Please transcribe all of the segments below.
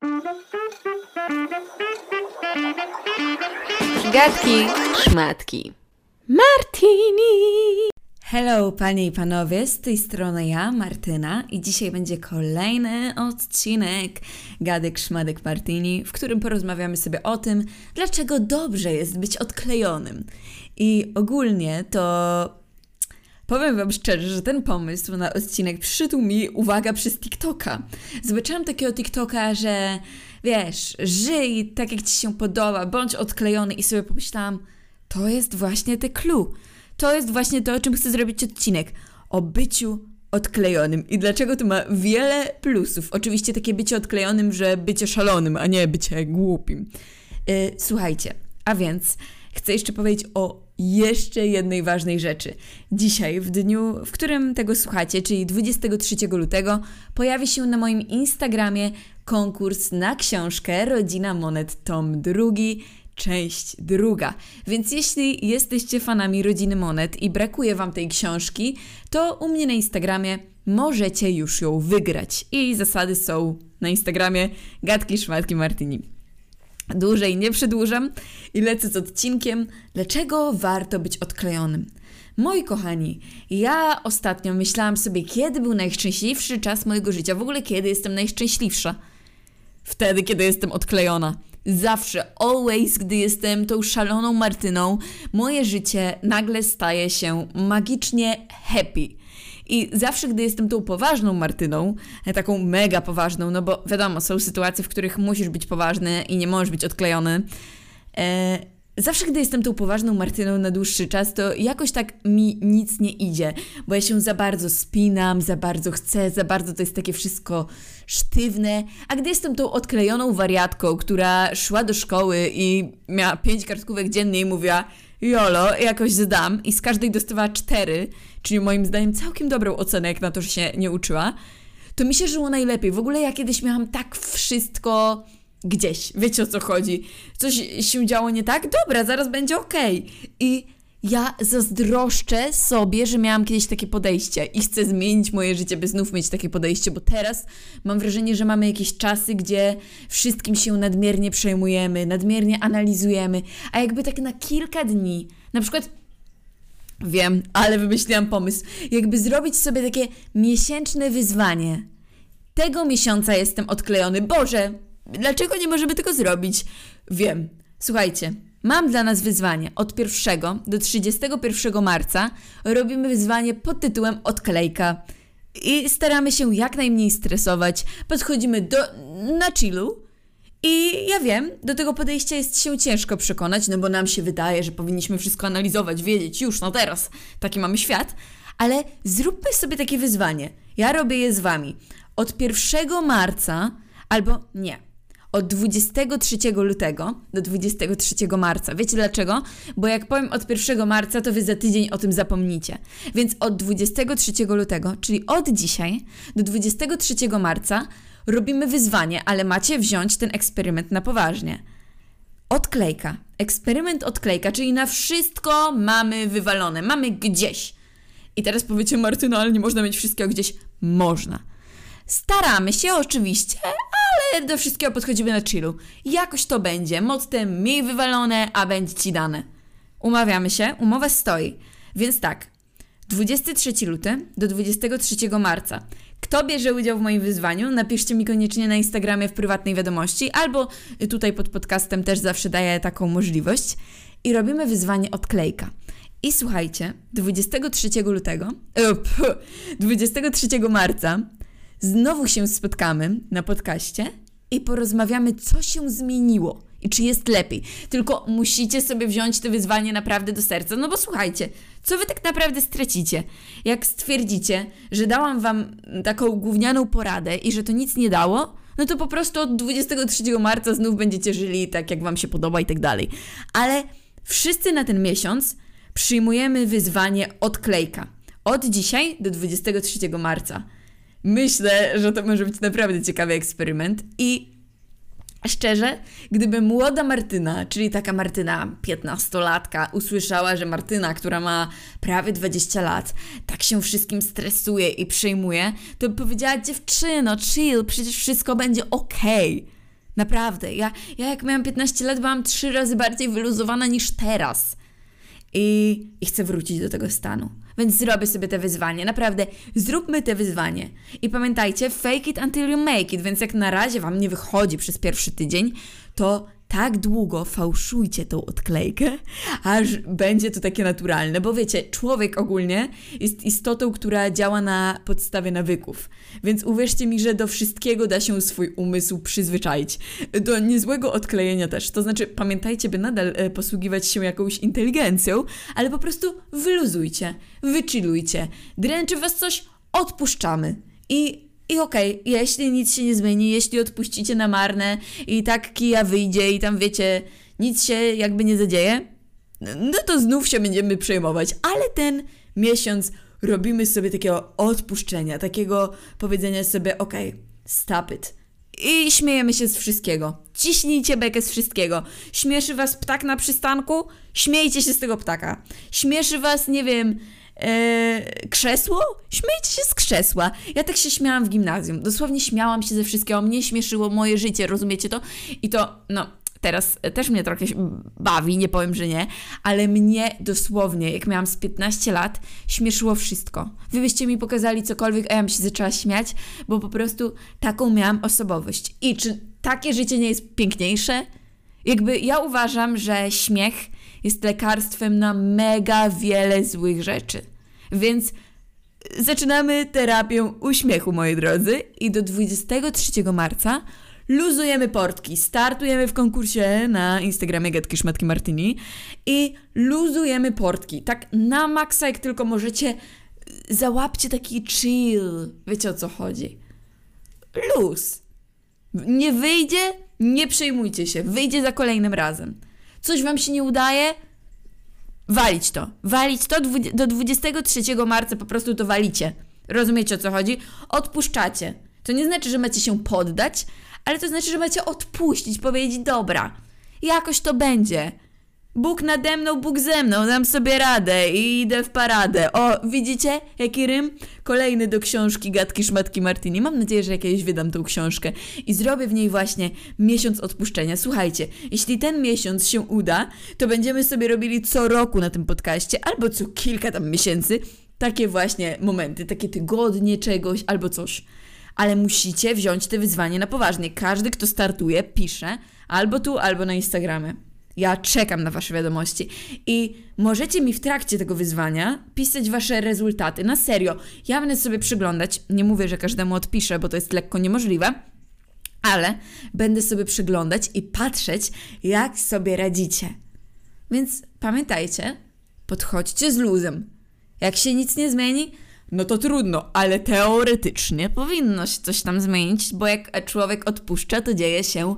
Gadki, szmatki. Martini! Hello, panie i panowie, z tej strony ja, Martyna, i dzisiaj będzie kolejny odcinek Gadek, Szmadek, Martini, w którym porozmawiamy sobie o tym, dlaczego dobrze jest być odklejonym. I ogólnie to powiem wam szczerze, że ten pomysł na odcinek przyszedł mi, uwaga, przez TikToka. Zobaczyłam takiego TikToka, że wiesz, żyj tak jak ci się podoba, bądź odklejony, i sobie pomyślałam, to jest właśnie te clue. To jest właśnie to, o czym chcę zrobić odcinek. O byciu odklejonym. I dlaczego to ma wiele plusów. Oczywiście takie bycie odklejonym, że bycie szalonym, a nie bycie głupim. Słuchajcie, a więc chcę jeszcze powiedzieć o jeszcze jednej ważnej rzeczy. Dzisiaj, w dniu, w którym tego słuchacie, czyli 23 lutego, pojawi się na moim Instagramie konkurs na książkę Rodzina Monet, tom 2, część 2. Więc jeśli jesteście fanami Rodziny Monet i brakuje wam tej książki, to u mnie na Instagramie możecie już ją wygrać. I zasady są na Instagramie Gadki, Szmatki, Martini. Dłużej nie przedłużam i lecę z odcinkiem, dlaczego warto być odklejonym. Moi kochani, ja ostatnio myślałam sobie, kiedy był najszczęśliwszy czas mojego życia, w ogóle kiedy jestem najszczęśliwsza. Wtedy, kiedy jestem odklejona. Zawsze, always, gdy jestem tą szaloną Martyną, moje życie nagle staje się magicznie happy. I zawsze, gdy jestem tą poważną Martyną, taką mega poważną, no bo wiadomo, są sytuacje, w których musisz być poważny i nie możesz być odklejony. Zawsze, gdy jestem tą poważną Martyną na dłuższy czas, to jakoś tak mi nic nie idzie, bo ja się za bardzo spinam, za bardzo chcę, za bardzo to jest takie wszystko sztywne, a gdy jestem tą odklejoną wariatką, która szła do szkoły i miała 5 kartkówek dziennie i mówiła jolo, jakoś zdam, i z każdej dostawała 4, czyli moim zdaniem całkiem dobrą ocenę, jak na to, że się nie uczyła, to mi się żyło najlepiej. W ogóle ja kiedyś miałam tak wszystko gdzieś, wiecie o co chodzi. Coś się działo nie tak? Dobra, zaraz będzie okej. I ja zazdroszczę sobie, że miałam kiedyś takie podejście i chcę zmienić moje życie, by znów mieć takie podejście, bo teraz mam wrażenie, że mamy jakieś czasy, gdzie wszystkim się nadmiernie przejmujemy, nadmiernie analizujemy, a jakby tak na kilka dni, na przykład wiem, ale wymyśliłam pomysł, jakby zrobić sobie takie miesięczne wyzwanie. Tego miesiąca jestem odklejony. Boże, dlaczego nie możemy tego zrobić? Wiem. Słuchajcie, mam dla nas wyzwanie. Od 1 do 31 marca robimy wyzwanie pod tytułem Odklejka. I staramy się jak najmniej stresować. Podchodzimy na chillu. I ja wiem, do tego podejścia jest się ciężko przekonać, no bo nam się wydaje, że powinniśmy wszystko analizować, wiedzieć już, no teraz. Taki mamy świat. Ale zróbmy sobie takie wyzwanie. Ja robię je z wami. Od 1 marca, albo nie. Od 23 lutego do 23 marca. Wiecie dlaczego? Bo jak powiem od 1 marca, to wy za tydzień o tym zapomnicie. Więc od 23 lutego, czyli od dzisiaj do 23 marca robimy wyzwanie, ale macie wziąć ten eksperyment na poważnie. Odklejka. Eksperyment odklejka, czyli na wszystko mamy wywalone. Mamy gdzieś. I teraz powiecie, Martyna, ale nie można mieć wszystkiego gdzieś. Można. Staramy się oczywiście, ale do wszystkiego podchodzimy na chillu. Jakoś to będzie. Mottem miej wywalone, a będzie ci dane. Umawiamy się, umowa stoi. Więc tak, 23 luty do 23 marca. Kto bierze udział w moim wyzwaniu? Napiszcie mi koniecznie na Instagramie w prywatnej wiadomości, albo tutaj pod podcastem też zawsze daję taką możliwość. I robimy wyzwanie odklejka. I słuchajcie, 23 marca znowu się spotkamy na podcaście i porozmawiamy, co się zmieniło i czy jest lepiej. Tylko musicie sobie wziąć to wyzwanie naprawdę do serca. No bo słuchajcie, co wy tak naprawdę stracicie? Jak stwierdzicie, że dałam wam taką gównianą poradę i że to nic nie dało, no to po prostu od 23 marca znów będziecie żyli tak, jak wam się podoba i tak dalej. Ale wszyscy na ten miesiąc przyjmujemy wyzwanie odklejka. Od dzisiaj do 23 marca. Myślę, że to może być naprawdę ciekawy eksperyment i szczerze, gdyby młoda Martyna, czyli taka Martyna 15-latka, usłyszała, że Martyna, która ma prawie 20 lat, tak się wszystkim stresuje i przejmuje, to by powiedziała: dziewczyno, chill, przecież wszystko będzie okej. Naprawdę. Ja jak miałam 15 lat, byłam 3 razy bardziej wyluzowana niż teraz. I chcę wrócić do tego stanu. Więc zrobię sobie te wyzwanie. Naprawdę, zróbmy te wyzwanie. I pamiętajcie, fake it until you make it. Więc jak na razie wam nie wychodzi przez pierwszy tydzień, to tak długo fałszujcie tą odklejkę, aż będzie to takie naturalne. Bo wiecie, człowiek ogólnie jest istotą, która działa na podstawie nawyków. Więc uwierzcie mi, że do wszystkiego da się swój umysł przyzwyczaić. Do niezłego odklejenia też. To znaczy, pamiętajcie, by nadal posługiwać się jakąś inteligencją, ale po prostu wyluzujcie, wychillujcie. Dręczy was coś, odpuszczamy. I okej, jeśli nic się nie zmieni, jeśli odpuścicie na marne i tak kija wyjdzie i tam wiecie, nic się jakby nie zadzieje, no to znów się będziemy przejmować. Ale ten miesiąc robimy sobie takiego odpuszczenia, takiego powiedzenia sobie okej, stop it. I śmiejemy się z wszystkiego. Ciśnijcie bekę z wszystkiego. Śmieszy was ptak na przystanku? Śmiejcie się z tego ptaka. Śmieszy was, nie wiem, krzesło? Śmiejcie się z krzesła. Ja tak się śmiałam w gimnazjum. Dosłownie śmiałam się ze wszystkiego. Mnie śmieszyło moje życie, rozumiecie to? I to, teraz też mnie trochę bawi, nie powiem, że nie, ale mnie dosłownie, jak miałam z 15 lat, śmieszyło wszystko. Wy byście mi pokazali cokolwiek, a ja bym się zaczęła śmiać, bo po prostu taką miałam osobowość. I czy takie życie nie jest piękniejsze? Jakby ja uważam, że śmiech jest lekarstwem na mega wiele złych rzeczy. Więc zaczynamy terapię uśmiechu, moi drodzy. I do 23 marca luzujemy portki. Startujemy w konkursie na Instagramie Gadki Szmatki Martini i luzujemy portki. Tak na maksa, jak tylko możecie. Załapcie taki chill. Wiecie, o co chodzi. Luz. Nie wyjdzie? Nie przejmujcie się. Wyjdzie za kolejnym razem. Coś wam się nie udaje? Walić to. Do 23 marca po prostu to walicie. Rozumiecie, o co chodzi? Odpuszczacie. To nie znaczy, że macie się poddać, ale to znaczy, że macie odpuścić, powiedzieć dobra, jakoś to będzie. Bóg nade mną, Bóg ze mną, dam sobie radę i idę w paradę. O, widzicie, jaki rym? Kolejny do książki Gadki Szmatki Martini. Mam nadzieję, że kiedyś wydam tą książkę i zrobię w niej właśnie miesiąc odpuszczenia. Słuchajcie, jeśli ten miesiąc się uda, to będziemy sobie robili co roku na tym podcaście, albo co kilka tam miesięcy, takie właśnie momenty, takie tygodnie czegoś, albo coś. Ale musicie wziąć te wyzwanie na poważnie. Każdy, kto startuje, pisze albo tu, albo na Instagramie. Ja czekam na wasze wiadomości i możecie mi w trakcie tego wyzwania pisać wasze rezultaty. Na serio, ja będę sobie przyglądać. Nie mówię, że każdemu odpiszę, bo to jest lekko niemożliwe, ale będę sobie przyglądać i patrzeć, jak sobie radzicie. Więc pamiętajcie, podchodźcie z luzem. Jak się nic nie zmieni, no to trudno, ale teoretycznie powinno się coś tam zmienić, bo jak człowiek odpuszcza, to dzieje się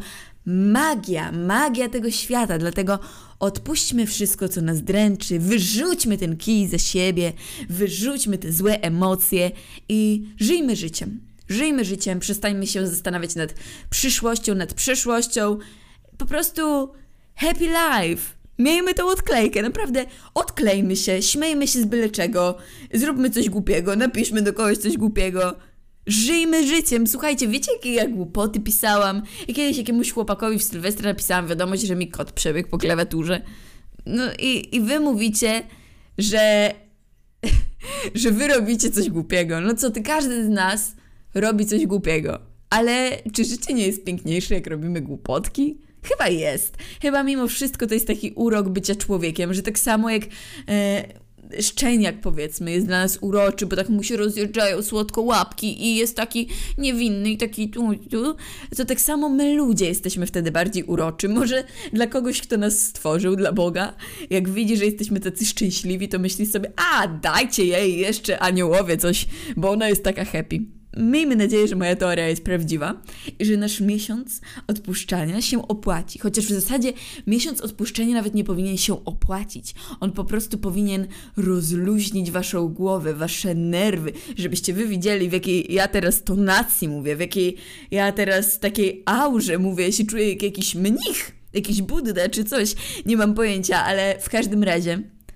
magia tego świata. Dlatego odpuśćmy wszystko, co nas dręczy, wyrzućmy ten kij ze siebie, wyrzućmy te złe emocje i żyjmy życiem. Żyjmy życiem, przestańmy się zastanawiać nad przyszłością, nad przeszłością. Po prostu happy life. Miejmy tą odklejkę, naprawdę odklejmy się, śmiejmy się z byle czego, zróbmy coś głupiego, napiszmy do kogoś coś głupiego. Żyjmy życiem. Słuchajcie, wiecie, jakie ja głupoty pisałam? Ja kiedyś jakiemuś chłopakowi w Sylwestra napisałam wiadomość, że mi kot przebiegł po klawiaturze. No i wy mówicie, że że wy robicie coś głupiego. No co ty, każdy z nas robi coś głupiego. Ale czy życie nie jest piękniejsze, jak robimy głupotki? Chyba jest. Chyba mimo wszystko to jest taki urok bycia człowiekiem, że tak samo jak szczeniak, powiedzmy, jest dla nas uroczy, bo tak mu się rozjeżdżają słodko łapki i jest taki niewinny i taki tu, to tak samo my ludzie jesteśmy wtedy bardziej uroczy. Może dla kogoś, kto nas stworzył, dla Boga, jak widzi, że jesteśmy tacy szczęśliwi, to myśli sobie, dajcie jej jeszcze aniołowie coś, bo ona jest taka happy. Miejmy nadzieję, że moja teoria jest prawdziwa i że nasz miesiąc odpuszczania się opłaci. Chociaż w zasadzie miesiąc odpuszczenia nawet nie powinien się opłacić. On po prostu powinien rozluźnić waszą głowę, wasze nerwy, żebyście wy widzieli, w jakiej ja teraz tonacji mówię, w jakiej ja teraz takiej aurze mówię. Ja się czuję jak jakiś mnich, jakiś Budda czy coś. Nie mam pojęcia, ale w każdym razie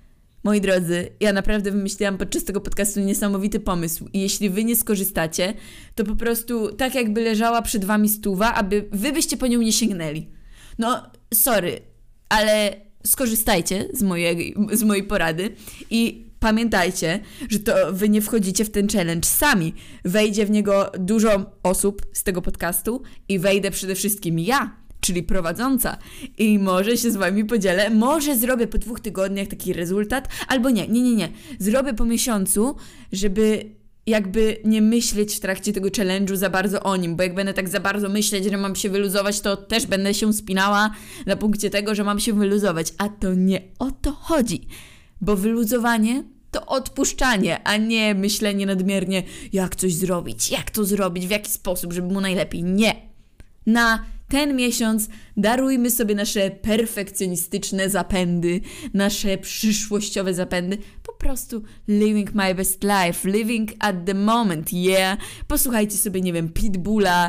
Moi drodzy, ja naprawdę wymyśliłam podczas tego podcastu niesamowity pomysł i jeśli wy nie skorzystacie, to po prostu tak jakby leżała przed wami stuwa, aby wy byście po nią nie sięgnęli. No, sorry, ale skorzystajcie z mojej porady i pamiętajcie, że to wy nie wchodzicie w ten challenge sami. Wejdzie w niego dużo osób z tego podcastu i wejdę przede wszystkim ja, czyli prowadząca. I może się z wami podzielę, może zrobię po 2 tygodniach taki rezultat, albo nie. Zrobię po miesiącu, żeby jakby nie myśleć w trakcie tego challenge'u za bardzo o nim, bo jak będę tak za bardzo myśleć, że mam się wyluzować, to też będę się spinała na punkcie tego, że mam się wyluzować, a to nie o to chodzi, bo wyluzowanie to odpuszczanie, a nie myślenie nadmiernie, jak coś zrobić, jak to zrobić, w jaki sposób, żeby mu najlepiej. Nie. Na ten miesiąc darujmy sobie nasze perfekcjonistyczne zapędy, nasze przyszłościowe zapędy. Po prostu living my best life, living at the moment, yeah. Posłuchajcie sobie, nie wiem, Pitbulla.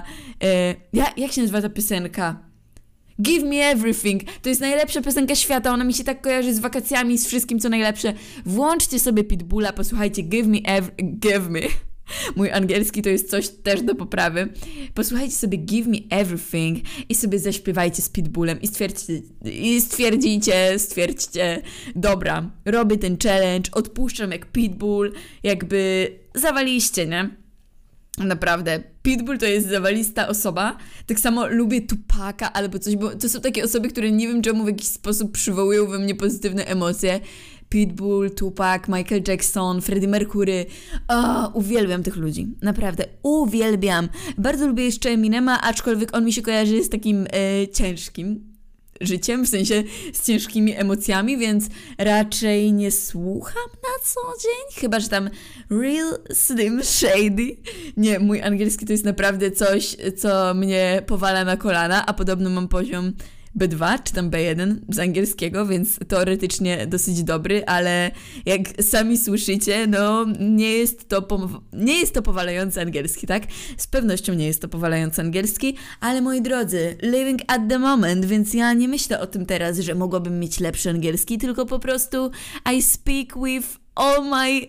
Jak się nazywa ta piosenka? Give me everything. To jest najlepsza piosenka świata. Ona mi się tak kojarzy z wakacjami, z wszystkim, co najlepsze. Włączcie sobie Pitbulla, posłuchajcie Give me. Mój angielski to jest coś też do poprawy. Posłuchajcie sobie Give Me Everything i sobie zaśpiewajcie z Pitbullem i stwierdźcie, dobra, robię ten challenge, odpuszczam jak Pitbull, jakby zawaliście, nie? Naprawdę, Pitbull to jest zawalista osoba. Tak samo lubię Tupaka albo coś, bo to są takie osoby, które nie wiem czemu w jakiś sposób przywołują we mnie pozytywne emocje. Pitbull, Tupac, Michael Jackson, Freddie Mercury. Uwielbiam tych ludzi. Naprawdę, uwielbiam. Bardzo lubię jeszcze Eminema, aczkolwiek on mi się kojarzy z takim ciężkim życiem, w sensie z ciężkimi emocjami, więc raczej nie słucham na co dzień. Chyba że tam Real Slim Shady. Nie, mój angielski to jest naprawdę coś, co mnie powala na kolana, a podobno mam poziom B2 czy tam B1 z angielskiego, więc teoretycznie dosyć dobry, ale jak sami słyszycie, no nie jest to powalający angielski, tak? Z pewnością nie jest to powalający angielski, ale moi drodzy, living at the moment, więc ja nie myślę o tym teraz, że mogłabym mieć lepszy angielski, tylko po prostu I speak with all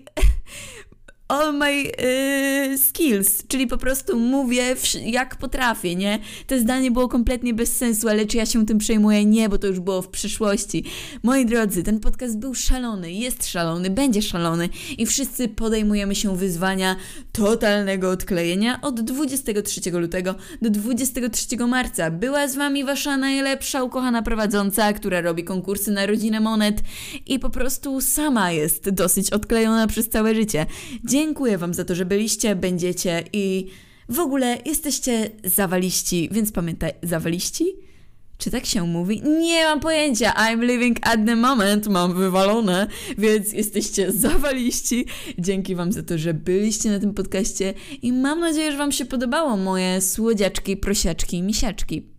my skills, czyli po prostu mówię jak potrafię, nie? To zdanie było kompletnie bez sensu, ale czy ja się tym przejmuję? Nie, bo to już było w przeszłości. Moi drodzy, ten podcast był szalony, jest szalony, będzie szalony i wszyscy podejmujemy się wyzwania totalnego odklejenia od 23 lutego do 23 marca. Była z wami wasza najlepsza ukochana prowadząca, która robi konkursy na rodzinę monet i po prostu sama jest dosyć odklejona przez całe życie. Dziękuję wam za to, że byliście, będziecie i w ogóle jesteście zawaliści, więc pamiętaj, zawaliści? Czy tak się mówi? Nie mam pojęcia, I'm living at the moment, mam wywalone, więc jesteście zawaliści. Dzięki wam za to, że byliście na tym podcaście i mam nadzieję, że wam się podobało moje słodziaczki, prosiaczki, misiaczki.